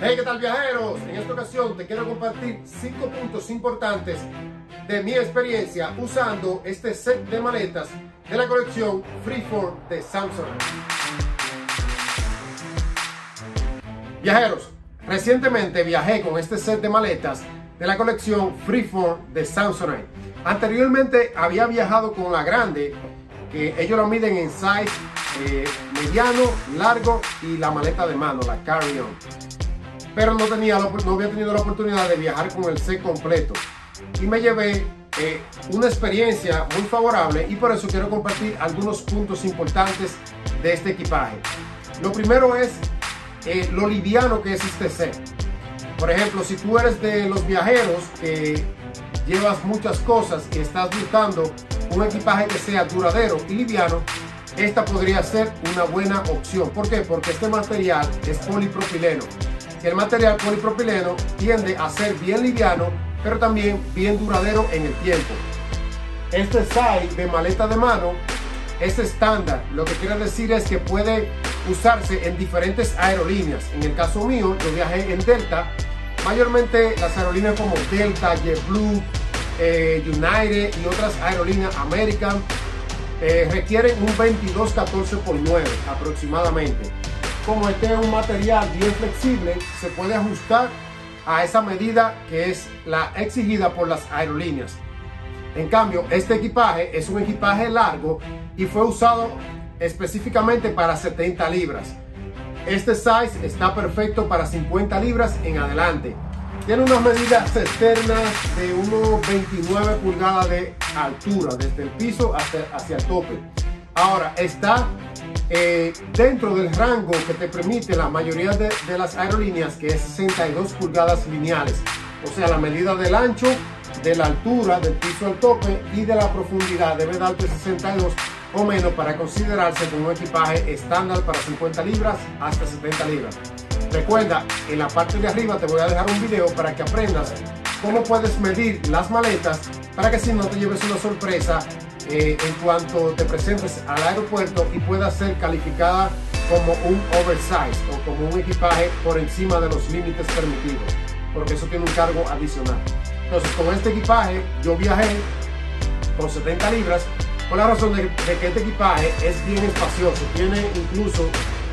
Hey, ¿qué tal, viajeros? En esta ocasión te quiero compartir 5 puntos importantes de mi experiencia usando este set de maletas de la colección Freeform de Samsonite. Viajeros, recientemente viajé con este set de maletas de la colección Freeform de Samsonite. Anteriormente había viajado con la grande, que ellos la miden en size mediano, largo y la maleta de mano, la carry-on. Pero no había tenido la oportunidad de viajar con el set completo y me llevé una experiencia muy favorable, y por eso quiero compartir algunos puntos importantes de este equipaje. Lo primero es lo liviano que es este set. Por ejemplo, si tú eres de los viajeros que llevas muchas cosas y estás buscando un equipaje que sea duradero y liviano, esta podría ser una buena opción. ¿Por qué? Porque este material es polipropileno. El material polipropileno tiende a ser bien liviano, pero también bien duradero en el tiempo. Este size de maleta de mano es estándar, lo que quiere decir es que puede usarse en diferentes aerolíneas. En el caso mío, yo viajé en Delta. Mayormente las aerolíneas como Delta, JetBlue, United y otras aerolíneas, American, requieren un 22-14x9 aproximadamente. Como este es un material bien flexible, se puede ajustar a esa medida que es la exigida por las aerolíneas. En cambio, este equipaje es un equipaje largo y fue usado específicamente para 70 libras. Este size está perfecto para 50 libras en adelante. Tiene unas medidas externas de unos 29 pulgadas de altura, desde el piso hacia el tope. Ahora, está dentro del rango que te permite la mayoría de las aerolíneas, que es 62 pulgadas lineales. O sea, la medida del ancho, de la altura, del piso al tope y de la profundidad debe darte 62 o menos para considerarse como un equipaje estándar para 50 libras hasta 70 libras. Recuerda, en la parte de arriba te voy a dejar un video para que aprendas cómo puedes medir las maletas, para que si no te lleves una sorpresa en cuanto te presentes al aeropuerto y pueda ser calificada como un oversize o como un equipaje por encima de los límites permitidos, porque eso tiene un cargo adicional. Entonces, con este equipaje yo viajé con 70 libras por la razón de que este equipaje es bien espacioso. Tiene incluso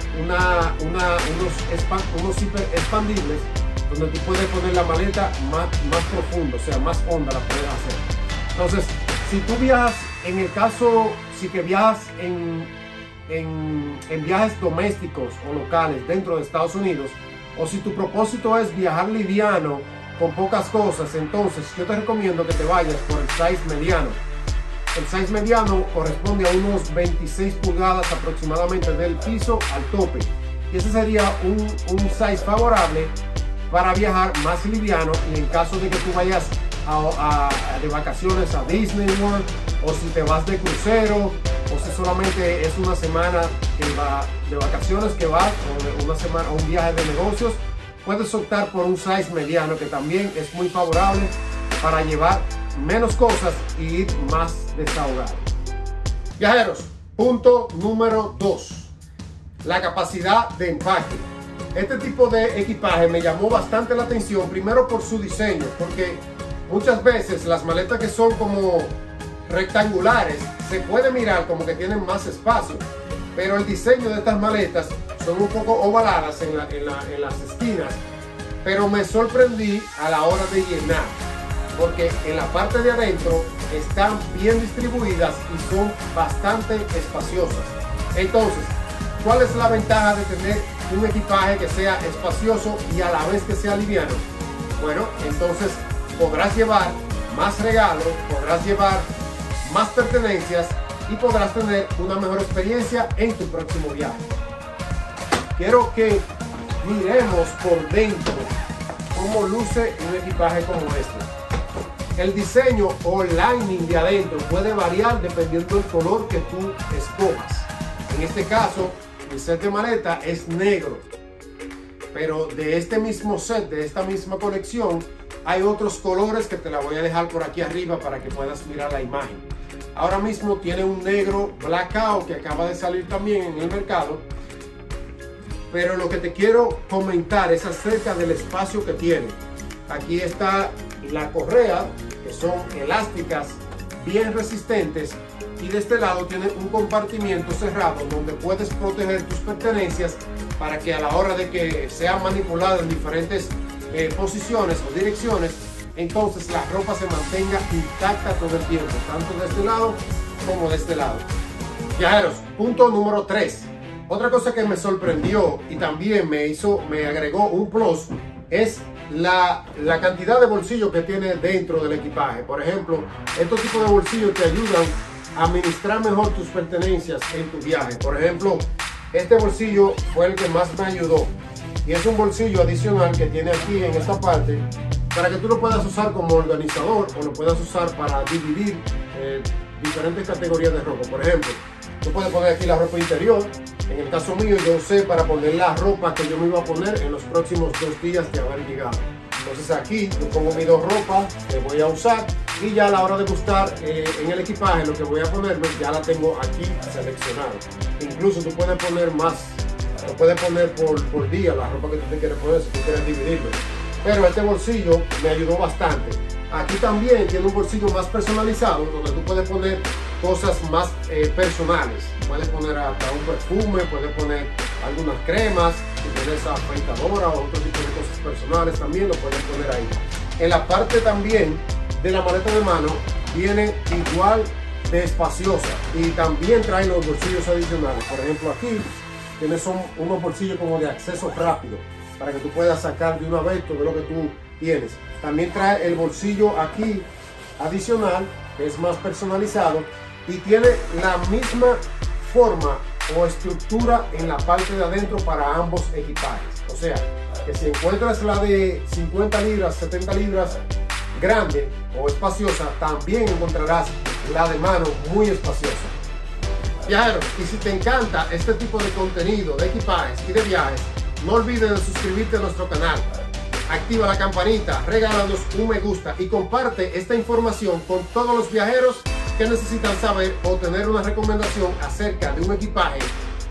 unos zipper expandibles donde tú puedes poner la maleta más profundo, o sea, más honda la puedes hacer. Entonces, si tú viajas, en el caso, si que viajas en viajes domésticos o locales dentro de Estados Unidos, o si tu propósito es viajar liviano con pocas cosas, entonces yo te recomiendo que te vayas por el size mediano. El size mediano corresponde a unos 26 pulgadas aproximadamente del piso al tope, y ese sería un size favorable para viajar más liviano. Y en caso de que tú vayas de vacaciones a Disney World, o si te vas de crucero, o si solamente es una semana de vacaciones que vas, o de una semana, o un viaje de negocios, puedes optar por un size mediano, que también es muy favorable para llevar menos cosas y ir más desahogado. Viajeros, punto número 2, la capacidad de empaque. Este tipo de equipaje me llamó bastante la atención, primero por su diseño, porque muchas veces las maletas que son como rectangulares se puede mirar como que tienen más espacio, pero el diseño de estas maletas son un poco ovaladas en las esquinas, pero me sorprendí a la hora de llenar, porque en la parte de adentro están bien distribuidas y son bastante espaciosas. Entonces, ¿cuál es la ventaja de tener un equipaje que sea espacioso y a la vez que sea liviano? Bueno, entonces podrás llevar más regalos, podrás llevar más pertenencias y podrás tener una mejor experiencia en tu próximo viaje. Quiero que miremos por dentro cómo luce un equipaje como este. El diseño o el lining de adentro puede variar dependiendo del color que tú escojas. En este caso, mi set de maleta es negro, pero de este mismo set, de esta misma colección, hay otros colores que te la voy a dejar por aquí arriba para que puedas mirar la imagen. Ahora mismo tiene un negro blackout que acaba de salir también en el mercado, pero lo que te quiero comentar es acerca del espacio que tiene. Aquí está la correa, que son elásticas, bien resistentes, y de este lado tiene un compartimiento cerrado donde puedes proteger tus pertenencias para que a la hora de que sean manipuladas en diferentes posiciones o direcciones, entonces la ropa se mantenga intacta todo el tiempo, tanto de este lado como de este lado. Viajeros, punto número 3. Otra cosa que me sorprendió y también me agregó un plus es la cantidad de bolsillos que tiene dentro del equipaje. Por ejemplo, estos tipos de bolsillos te ayudan a administrar mejor tus pertenencias en tu viaje. Por ejemplo, este bolsillo fue el que más me ayudó y es un bolsillo adicional que tiene aquí en esta parte para que tú lo puedas usar como organizador o lo puedas usar para dividir diferentes categorías de ropa. Por ejemplo, tú puedes poner aquí la ropa interior. En el caso mío, yo usé para poner la ropa que yo me iba a poner en los próximos 2 días de haber llegado. Entonces aquí yo pongo mis 2 ropas que voy a usar y ya a la hora de buscar en el equipaje lo que voy a ponerme ya la tengo aquí seleccionada. Incluso tú puedes poner más, lo puedes poner por día la ropa que tú te quieres poner si tú quieres dividirlo. Pero este bolsillo me ayudó bastante. Aquí también tiene un bolsillo más personalizado donde tú puedes poner cosas más personales. Puedes poner hasta un perfume, puedes poner algunas cremas, si tienes afeitadora o otro tipo de cosas personales también lo puedes poner ahí. En la parte también de la maleta de mano viene igual de espaciosa y también trae los bolsillos adicionales. Por ejemplo, aquí tienes unos bolsillos como de acceso rápido para que tú puedas sacar de una vez todo lo que tú tienes. También trae el bolsillo aquí adicional, que es más personalizado y tiene la misma forma o estructura en la parte de adentro para ambos equipajes. O sea, que si encuentras la de 50 libras, 70 libras grande o espaciosa, también encontrarás la de mano muy espaciosa. Viajeros, y si te encanta este tipo de contenido de equipajes y de viajes, no olvides de suscribirte a nuestro canal. Activa la campanita, regálanos un me gusta y comparte esta información con todos los viajeros que necesitan saber o tener una recomendación acerca de un equipaje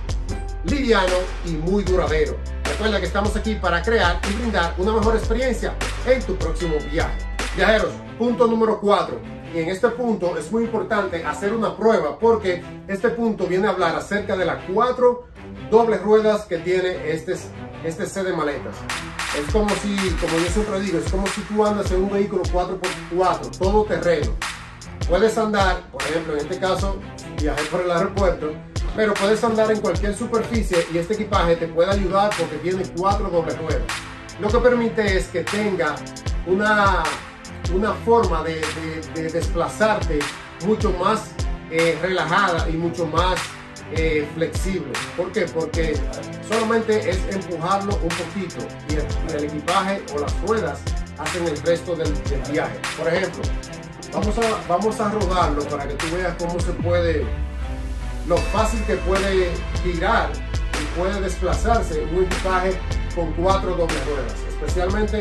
liviano y muy duradero. Recuerda que estamos aquí para crear y brindar una mejor experiencia en tu próximo viaje. Viajeros, punto número 4. Y en este punto es muy importante hacer una prueba porque este punto viene a hablar acerca de las 4 dobles ruedas que tiene este set de maletas. Es como si, como yo siempre digo, es como si tú andas en un vehículo 4x4, todo terreno. Puedes andar, por ejemplo, en este caso, viajé por el aeropuerto, pero puedes andar en cualquier superficie y este equipaje te puede ayudar porque tiene 4 dobles ruedas. Lo que permite es que tenga una forma de desplazarte mucho más relajada y mucho más flexible. ¿Por qué? Porque solamente es empujarlo un poquito y el equipaje o las ruedas hacen el resto del viaje. Por ejemplo, vamos a rodarlo para que tú veas cómo se puede, lo fácil que puede girar y puede desplazarse un equipaje con 4 dobles ruedas, especialmente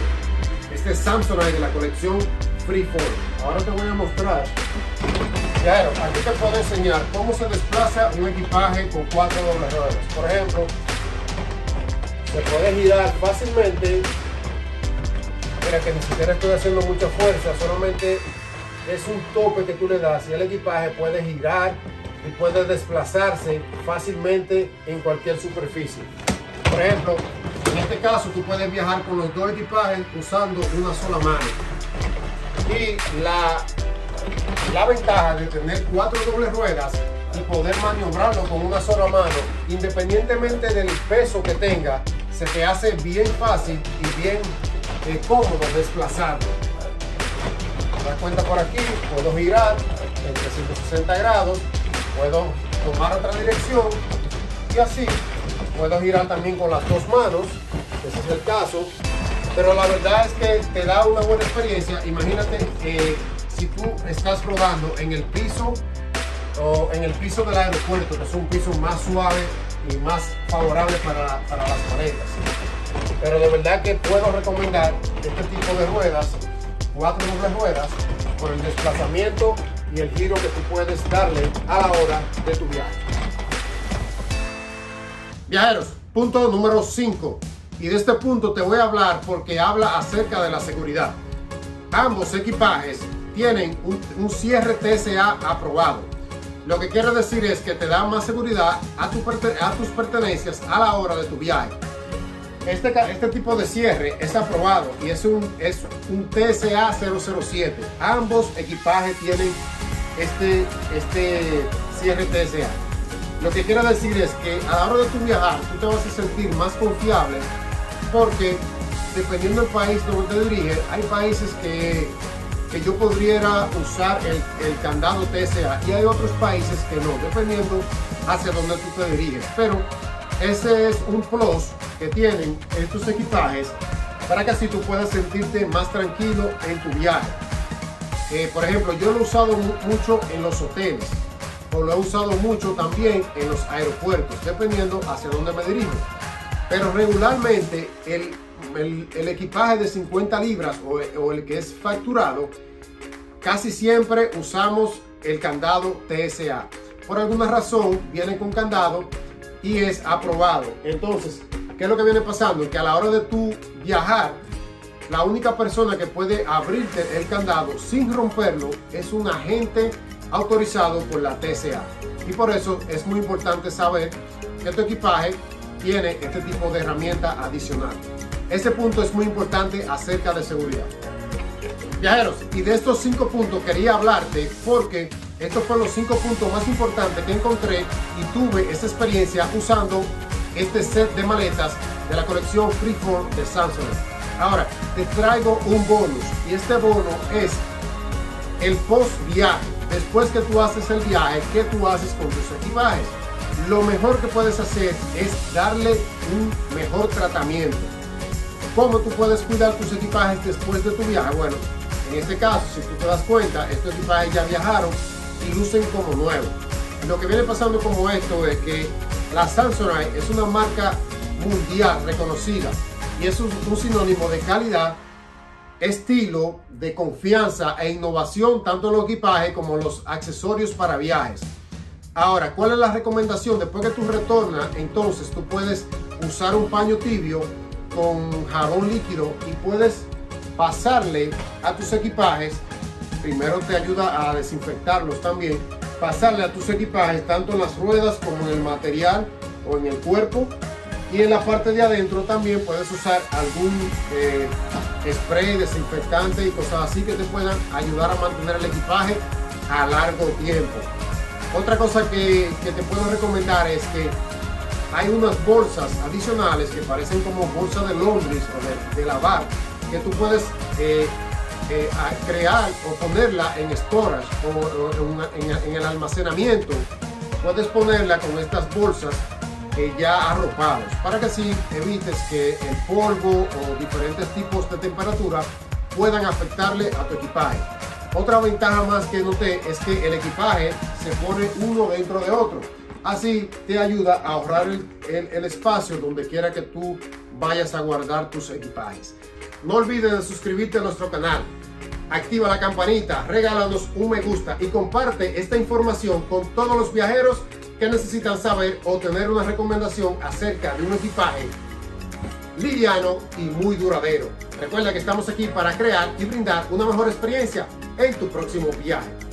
este Samsonite de la colección Freeform. Ahora te voy a mostrar. Claro, aquí te puedo enseñar cómo se desplaza un equipaje con 4 dobles ruedas. Por ejemplo, se puede girar fácilmente. Mira que ni siquiera estoy haciendo mucha fuerza, solamente es un tope que tú le das y el equipaje puede girar y puede desplazarse fácilmente en cualquier superficie. Por ejemplo, en este caso tú puedes viajar con los 2 equipajes usando una sola mano. Y la ventaja de tener 4 dobles ruedas y poder maniobrarlo con una sola mano, independientemente del peso que tenga, se te hace bien fácil y bien cómodo desplazarlo. Te das cuenta por aquí, puedo girar en 360 grados, puedo tomar otra dirección y así puedo girar también con las 2 manos, ese es el caso. Pero la verdad es que te da una buena experiencia. Imagínate si tú estás rodando en el piso o en el piso del aeropuerto, que es un piso más suave y más favorable para las maletas. Pero de verdad que puedo recomendar este tipo de ruedas, 4 dobles ruedas, por el desplazamiento y el giro que tú puedes darle a la hora de tu viaje. Viajeros, Punto número 5. Y de este punto te voy a hablar porque habla acerca de la seguridad. Ambos equipajes tienen un cierre TSA aprobado. Lo que quiere decir es que te da más seguridad a tus pertenencias a la hora de tu viaje. Este tipo de cierre es aprobado y es un TSA 007. Ambos equipajes tienen este cierre TSA. Lo que quiere decir es que a la hora de tu viajar, tú te vas a sentir más confiable porque dependiendo del país donde te diriges, hay países que yo podría usar el candado TSA y hay otros países que no, dependiendo hacia donde tú te diriges. Pero ese es un plus que tienen estos equipajes para que así tú puedas sentirte más tranquilo en tu viaje. Por ejemplo, yo lo he usado mucho en los hoteles o lo he usado mucho también en los aeropuertos, dependiendo hacia dónde me dirijo. Pero regularmente el equipaje de 50 libras o el que es facturado, casi siempre usamos el candado TSA. Por alguna razón viene con candado y es aprobado. Entonces, ¿qué es lo que viene pasando? Que a la hora de tú viajar, la única persona que puede abrirte el candado sin romperlo es un agente autorizado por la TSA. Y por eso es muy importante saber que tu equipaje tiene este tipo de herramienta adicional. Ese punto es muy importante acerca de seguridad. Viajeros, y de estos 5 puntos quería hablarte porque estos fueron los 5 puntos más importantes que encontré y tuve esa experiencia usando este set de maletas de la colección Freeform de Samsonite. Ahora, te traigo un bonus y este bono es el post viaje. Después que tú haces el viaje, ¿qué tú haces con tus equipajes? Lo mejor que puedes hacer es darle un mejor tratamiento. ¿Cómo tú puedes cuidar tus equipajes después de tu viaje? Bueno, en este caso, si tú te das cuenta, estos equipajes ya viajaron y lucen como nuevos. Lo que viene pasando como esto es que la Samsonite es una marca mundial reconocida y es un sinónimo de calidad, estilo, de confianza e innovación tanto en los equipajes como en los accesorios para viajes. Ahora, ¿cuál es la recomendación? Después que tú retornas, entonces tú puedes usar un paño tibio con jabón líquido y puedes pasarle a tus equipajes. Primero te ayuda a desinfectarlos también. Pasarle a tus equipajes tanto en las ruedas como en el material o en el cuerpo. Y en la parte de adentro también puedes usar algún spray desinfectante y cosas así que te puedan ayudar a mantener el equipaje a largo tiempo. Otra cosa que te puedo recomendar es que hay unas bolsas adicionales que parecen como bolsas de laundry o de lavar, que tú puedes crear o ponerla en storage o en el almacenamiento. Puedes ponerla con estas bolsas ya arropados para que así evites que el polvo o diferentes tipos de temperatura puedan afectarle a tu equipaje. Otra ventaja más que noté es que el equipaje se pone uno dentro de otro. Así te ayuda a ahorrar el espacio donde quiera que tú vayas a guardar tus equipajes. No olvides de suscribirte a nuestro canal. Activa la campanita, regálanos un me gusta y comparte esta información con todos los viajeros que necesitan saber o tener una recomendación acerca de un equipaje liviano y muy duradero. Recuerda que estamos aquí para crear y brindar una mejor experiencia en tu próximo viaje.